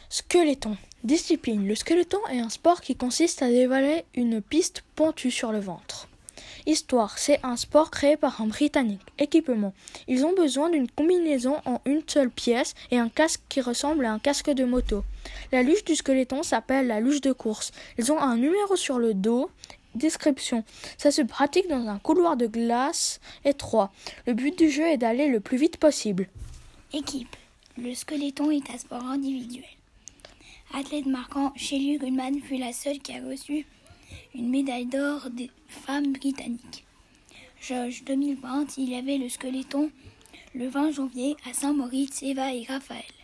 Skeleton. Discipline. Le skeleton est un sport qui consiste à dévaler une piste pentue sur le ventre. Histoire. C'est un sport créé par un Britannique. Équipement. Ils ont besoin d'une combinaison en une seule pièce et un casque qui ressemble à un casque de moto. La luge du skeleton s'appelle la luge de course. Ils ont un numéro sur le dos. Description. Ça se pratique dans un couloir de glace étroit. Le but du jeu est d'aller le plus vite possible. Équipe. Le skeleton est un sport individuel. Athlète marquant, Shelley Goodman fut la seule qui a reçu une médaille d'or des femmes britanniques. Jauge 2020, il y avait le skeleton le 20 janvier à Saint-Moritz, Eva et Raphaël.